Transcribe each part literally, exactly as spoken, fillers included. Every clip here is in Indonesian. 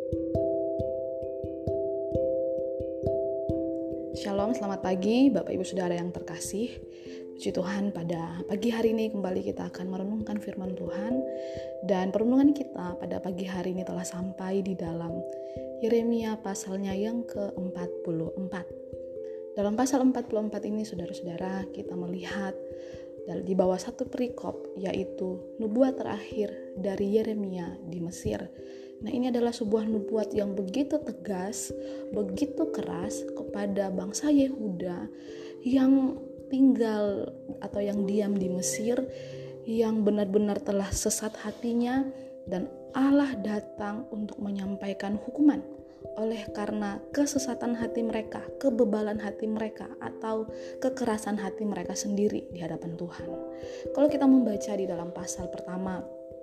Shalom, selamat pagi Bapak Ibu Saudara yang terkasih. Puji Tuhan, pada pagi hari ini kembali kita akan merenungkan firman Tuhan. Dan perenungan kita pada pagi hari ini telah sampai di dalam Yeremia pasalnya yang ke empat puluh empat. Dalam pasal empat puluh empat ini saudara-saudara kita melihat di bawah satu perikop, yaitu nubuat terakhir dari Yeremia di Mesir. Nah, ini adalah sebuah nubuat yang begitu tegas, begitu keras kepada bangsa Yehuda yang tinggal atau yang diam di Mesir, yang benar-benar telah sesat hatinya, dan Allah datang untuk menyampaikan hukuman oleh karena kesesatan hati mereka, kebebalan hati mereka, atau kekerasan hati mereka sendiri di hadapan Tuhan. Kalau kita membaca di dalam pasal pertama,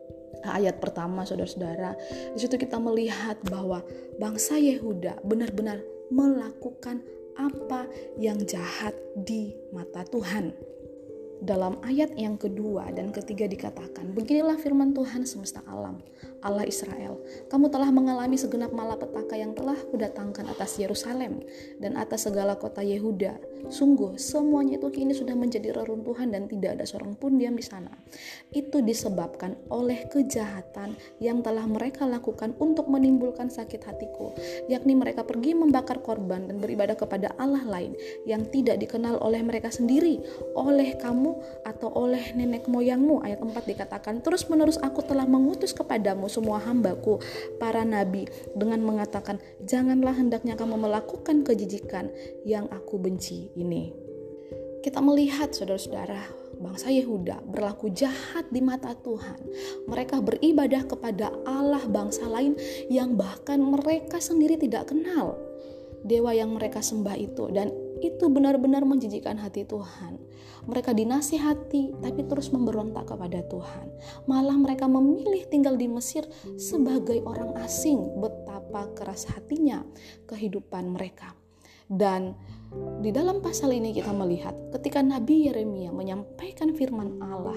ayat pertama, saudara-saudara, di situ kita melihat bahwa bangsa Yehuda benar-benar melakukan apa yang jahat di mata Tuhan. Dalam ayat yang kedua dan ketiga dikatakan, beginilah firman Tuhan semesta alam, Allah Israel, kamu telah mengalami segenap malapetaka yang telah kudatangkan atas Yerusalem dan atas segala kota Yehuda. Sungguh semuanya itu kini sudah menjadi reruntuhan dan tidak ada seorang pun diam di sana. Itu disebabkan oleh kejahatan yang telah mereka lakukan untuk menimbulkan sakit hatiku, yakni mereka pergi membakar korban dan beribadah kepada Allah lain yang tidak dikenal oleh mereka sendiri, oleh kamu atau oleh nenek moyangmu. Ayat empat dikatakan, terus menerus aku telah mengutus kepadamu semua hambaku para nabi dengan mengatakan, janganlah hendaknya kamu melakukan kejijikan yang aku benci ini. Kita melihat saudara-saudara, bangsa Yehuda berlaku jahat di mata Tuhan. Mereka beribadah kepada Allah bangsa lain yang bahkan mereka sendiri tidak kenal. Dewa yang mereka sembah itu, dan itu benar-benar menjijikkan hati Tuhan. Mereka dinasihati tapi terus memberontak kepada Tuhan. Malah mereka memilih tinggal di Mesir sebagai orang asing. Betapa keras hatinya kehidupan mereka. Dan di dalam pasal ini kita melihat ketika Nabi Yeremia menyampaikan firman Allah,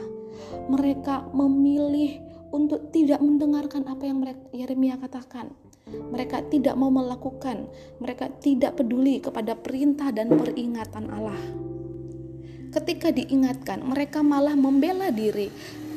mereka memilih untuk tidak mendengarkan apa yang Yeremia katakan. Mereka tidak mau melakukan, mereka tidak peduli kepada perintah dan peringatan Allah. Ketika diingatkan, mereka malah membela diri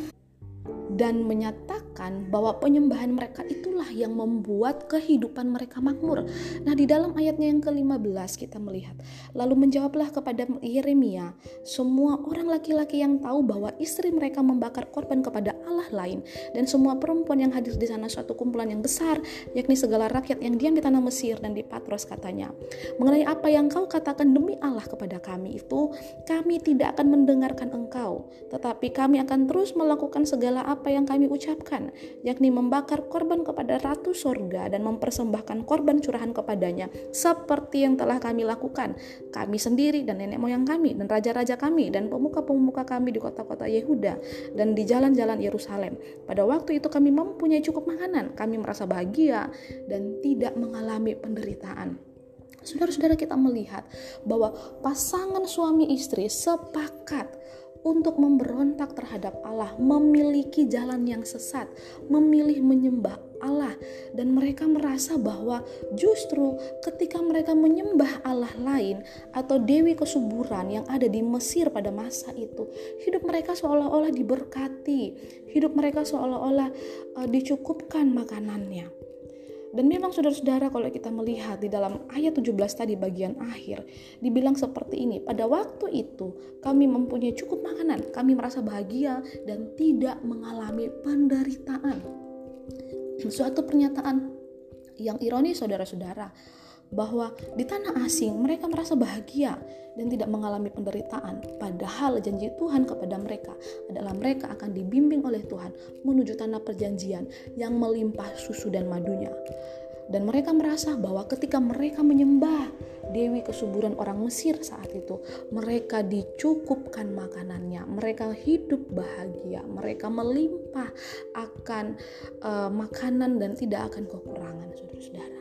dan menyatakan bahwa penyembahan mereka itulah yang membuat kehidupan mereka makmur. Nah, di dalam ayatnya yang ke lima belas kita melihat, lalu menjawablah kepada Yeremia semua orang laki-laki yang tahu bahwa istri mereka membakar korban kepada Allah lain, dan semua perempuan yang hadir di sana, suatu kumpulan yang besar, yakni segala rakyat yang diam di tanah Mesir dan di Patros, katanya, mengenai apa yang kau katakan demi Allah kepada kami itu, kami tidak akan mendengarkan engkau, tetapi kami akan terus melakukan segala apa yang kami ucapkan, yakni membakar korban kepada Ratu Sorga dan mempersembahkan korban curahan kepadanya, seperti yang telah kami lakukan, kami sendiri dan nenek moyang kami dan raja-raja kami dan pemuka-pemuka kami di kota-kota Yehuda dan di jalan-jalan Yerusalem. Pada waktu itu kami mempunyai cukup makanan, kami merasa bahagia dan tidak mengalami penderitaan. Saudara-saudara, kita melihat bahwa pasangan suami istri sepakat untuk memberontak terhadap Allah, memiliki jalan yang sesat, memilih menyembah Allah, dan mereka merasa bahwa justru ketika mereka menyembah Allah lain atau dewi kesuburan yang ada di Mesir pada masa itu, hidup mereka seolah-olah diberkati, hidup mereka seolah-olah uh, dicukupkan makanannya. Dan memang saudara-saudara, kalau kita melihat di dalam ayat tujuh belas tadi bagian akhir, dibilang seperti ini, pada waktu itu kami mempunyai cukup makanan, kami merasa bahagia dan tidak mengalami penderitaan. Suatu pernyataan yang ironis saudara-saudara, bahwa di tanah asing mereka merasa bahagia dan tidak mengalami penderitaan, padahal janji Tuhan kepada mereka adalah mereka akan dibimbing oleh Tuhan menuju tanah perjanjian yang melimpah susu dan madunya. Dan mereka merasa bahwa ketika mereka menyembah dewi kesuburan orang Mesir saat itu, mereka dicukupkan makanannya, mereka hidup bahagia, mereka melimpah akan uh, makanan dan tidak akan kekurangan, saudara-saudara.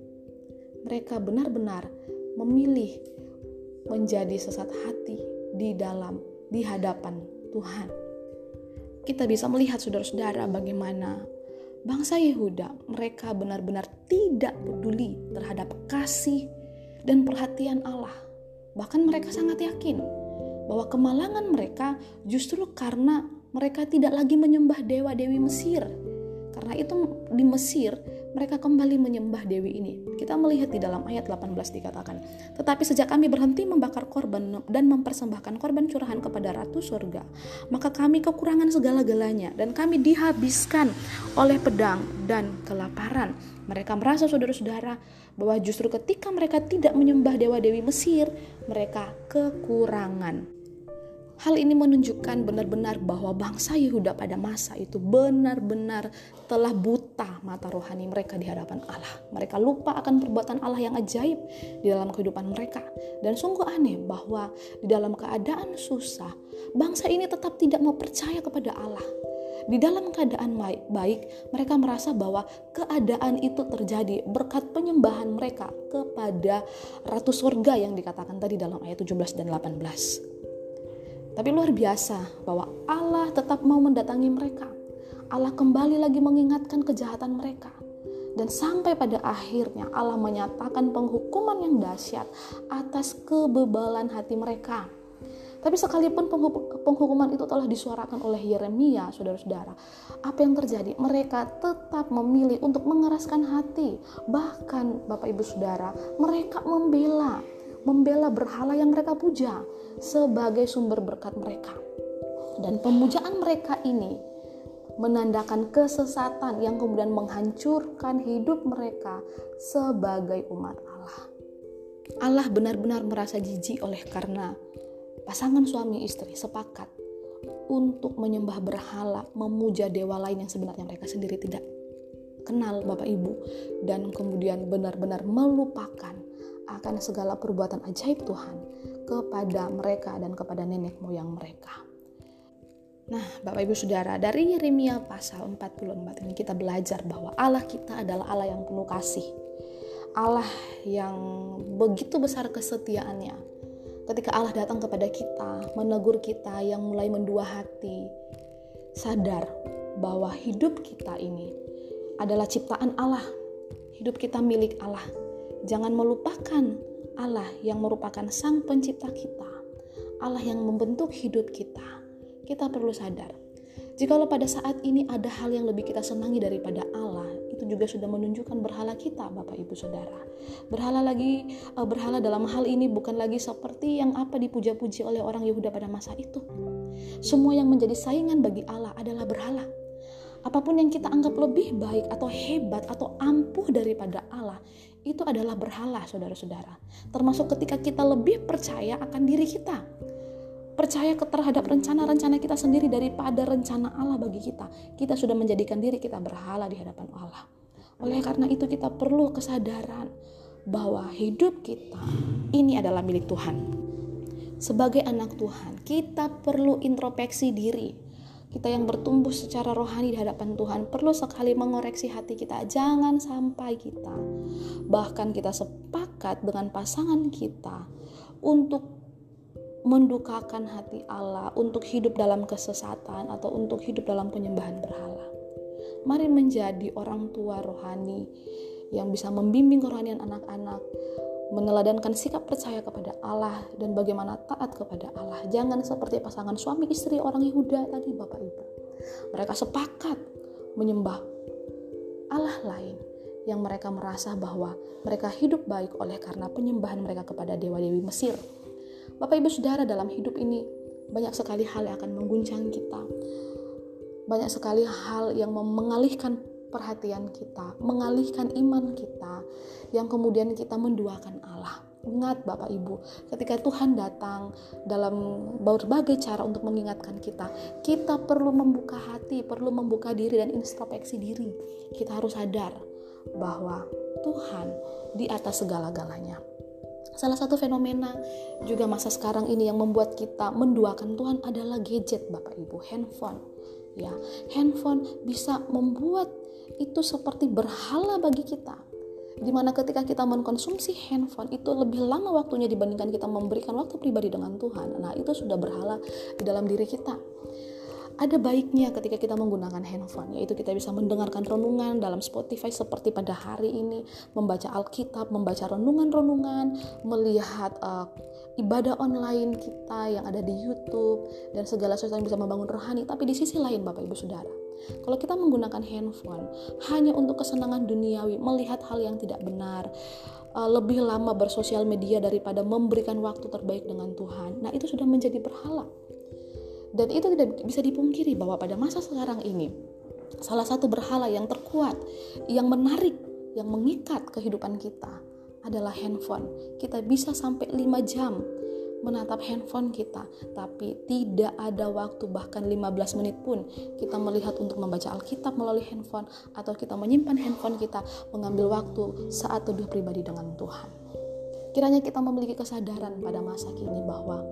Mereka benar-benar memilih menjadi sesat hati di dalam di hadapan Tuhan. Kita bisa melihat saudara-saudara bagaimana Bangsa Yehuda, mereka benar-benar tidak peduli terhadap kasih dan perhatian Allah. Bahkan mereka sangat yakin bahwa kemalangan mereka justru karena mereka tidak lagi menyembah dewa-dewi Mesir. Karena itu di Mesir mereka kembali menyembah dewi ini. Kita melihat di dalam ayat delapan belas dikatakan, tetapi sejak kami berhenti membakar korban dan mempersembahkan korban curahan kepada Ratu Surga, maka kami kekurangan segala-galanya dan kami dihabiskan oleh pedang dan kelaparan. Mereka merasa, saudara-saudara, bahwa justru ketika mereka tidak menyembah dewa-dewi Mesir, mereka kekurangan. Hal ini menunjukkan benar-benar bahwa bangsa Yehuda pada masa itu benar-benar telah buta mata rohani mereka di hadapan Allah. Mereka lupa akan perbuatan Allah yang ajaib di dalam kehidupan mereka. Dan sungguh aneh bahwa di dalam keadaan susah, bangsa ini tetap tidak mau percaya kepada Allah. Di dalam keadaan baik, mereka merasa bahwa keadaan itu terjadi berkat penyembahan mereka kepada Ratu Surga yang dikatakan tadi dalam ayat tujuh belas dan delapan belas. Tapi luar biasa bahwa Allah tetap mau mendatangi mereka. Allah kembali lagi mengingatkan kejahatan mereka. Dan sampai pada akhirnya Allah menyatakan penghukuman yang dahsyat atas kebebalan hati mereka. Tapi sekalipun penghukuman itu telah disuarakan oleh Yeremia, saudara-saudara, apa yang terjadi? Mereka tetap memilih untuk mengeraskan hati. Bahkan Bapak Ibu Saudara, mereka membela membela berhala yang mereka puja sebagai sumber berkat mereka. Dan pemujaan mereka ini menandakan kesesatan yang kemudian menghancurkan hidup mereka sebagai umat Allah. Allah benar-benar merasa jijik oleh karena pasangan suami istri sepakat untuk menyembah berhala, memuja dewa lain yang sebenarnya mereka sendiri tidak kenal, Bapak Ibu, dan kemudian benar-benar melupakan akan segala perbuatan ajaib Tuhan kepada mereka dan kepada nenek moyang mereka. Nah, Bapak Ibu Saudara, dari Yeremia pasal empat puluh empat ini kita belajar bahwa Allah kita adalah Allah yang penuh kasih. Allah yang begitu besar kesetiaannya. Ketika Allah datang kepada kita, menegur kita yang mulai mendua hati, sadar bahwa hidup kita ini adalah ciptaan Allah. Hidup kita milik Allah. Jangan melupakan Allah yang merupakan sang pencipta kita, Allah yang membentuk hidup kita. Kita perlu sadar, jikalau pada saat ini ada hal yang lebih kita senangi daripada Allah, itu juga sudah menunjukkan berhala kita, Bapak Ibu Saudara. Berhala lagi, berhala dalam hal ini bukan lagi seperti yang apa dipuja-puji oleh orang Yehuda pada masa itu. Semua yang menjadi saingan bagi Allah adalah berhala. Apapun yang kita anggap lebih baik atau hebat atau ampuh daripada Allah, itu adalah berhala, saudara-saudara. Termasuk ketika kita lebih percaya akan diri kita, percaya terhadap rencana-rencana kita sendiri daripada rencana Allah bagi kita. Kita sudah menjadikan diri kita berhala di hadapan Allah. Oleh karena itu kita perlu kesadaran bahwa hidup kita ini adalah milik Tuhan. Sebagai anak Tuhan, kita perlu introspeksi diri. Kita yang bertumbuh secara rohani di hadapan Tuhan perlu sekali mengoreksi hati kita. Jangan sampai kita, bahkan kita sepakat dengan pasangan kita untuk mendukakan hati Allah, untuk hidup dalam kesesatan atau untuk hidup dalam penyembahan berhala. Mari menjadi orang tua rohani yang bisa membimbing kerohanian anak-anak, meneladankan sikap percaya kepada Allah dan bagaimana taat kepada Allah. Jangan seperti pasangan suami istri orang Yehuda tadi, Bapak Ibu. Mereka sepakat menyembah Allah lain yang mereka merasa bahwa mereka hidup baik oleh karena penyembahan mereka kepada dewa-dewi Mesir. Bapak Ibu Saudara, dalam hidup ini banyak sekali hal yang akan mengguncang kita. Banyak sekali hal yang mengalihkan perhatian kita, mengalihkan iman kita, yang kemudian kita menduakan Allah. Ingat Bapak Ibu, ketika Tuhan datang dalam berbagai cara untuk mengingatkan kita, kita perlu membuka hati, perlu membuka diri dan introspeksi diri. Kita harus sadar bahwa Tuhan di atas segala-galanya. Salah satu fenomena juga masa sekarang ini yang membuat kita menduakan Tuhan adalah gadget, Bapak Ibu, handphone. Ya, handphone bisa membuat itu seperti berhala bagi kita, dimana ketika kita mengkonsumsi handphone itu lebih lama waktunya dibandingkan kita memberikan waktu pribadi dengan Tuhan. Nah, itu sudah berhala di dalam diri kita. ada baiknya ketika kita menggunakan handphone, yaitu kita bisa mendengarkan renungan dalam Spotify seperti pada hari ini, membaca Alkitab, membaca renungan-renungan, melihat uh, ibadah online kita yang ada di YouTube, dan segala sesuatu yang bisa membangun rohani. Tapi di sisi lain Bapak Ibu Saudara, kalau kita menggunakan handphone hanya untuk kesenangan duniawi, melihat hal yang tidak benar, uh, lebih lama bersosial media daripada memberikan waktu terbaik dengan Tuhan, nah itu sudah menjadi berhala. Dan itu tidak bisa dipungkiri bahwa pada masa sekarang ini, salah satu berhala yang terkuat, yang menarik, yang mengikat kehidupan kita adalah handphone. Kita bisa sampai lima jam menatap handphone kita, tapi tidak ada waktu, bahkan lima belas menit pun kita melihat untuk membaca Alkitab melalui handphone, atau kita menyimpan handphone kita, mengambil waktu saat teduh pribadi dengan Tuhan. Kiranya kita memiliki kesadaran pada masa kini bahwa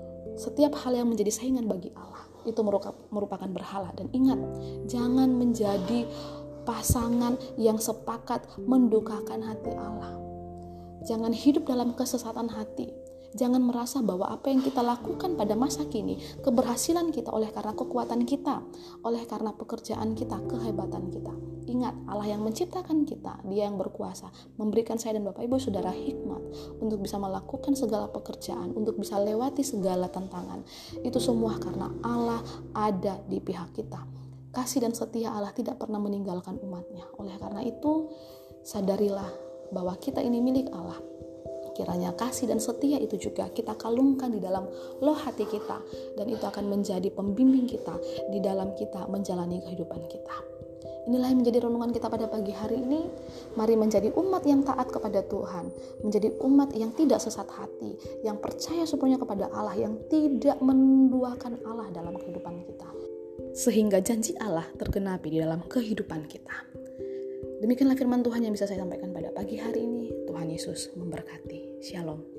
setiap hal yang menjadi saingan bagi Allah itu merupakan berhala. Dan ingat, jangan menjadi pasangan yang sepakat mendukakan hati Allah. Jangan hidup dalam kesesatan hati. Jangan merasa bahwa apa yang kita lakukan pada masa kini, keberhasilan kita oleh karena kekuatan kita, oleh karena pekerjaan kita, kehebatan kita. Ingat, Allah yang menciptakan kita, Dia yang berkuasa, memberikan saya dan Bapak Ibu Saudara hikmat untuk bisa melakukan segala pekerjaan, untuk bisa lewati segala tantangan. Itu semua karena Allah ada di pihak kita. Kasih dan setia Allah tidak pernah meninggalkan umatnya. Oleh karena itu, sadarilah bahwa kita ini milik Allah. Kiranya kasih dan setia itu juga kita kalungkan di dalam loh hati kita, dan itu akan menjadi pembimbing kita di dalam kita menjalani kehidupan kita. Inilah yang menjadi renungan kita pada pagi hari ini. Mari menjadi umat yang taat kepada Tuhan, menjadi umat yang tidak sesat hati, yang percaya sepenuhnya kepada Allah, yang tidak menduakan Allah dalam kehidupan kita, sehingga janji Allah tergenapi di dalam kehidupan kita. Demikianlah firman Tuhan yang bisa saya sampaikan pada pagi hari ini. Tuhan Yesus memberkati. Shalom.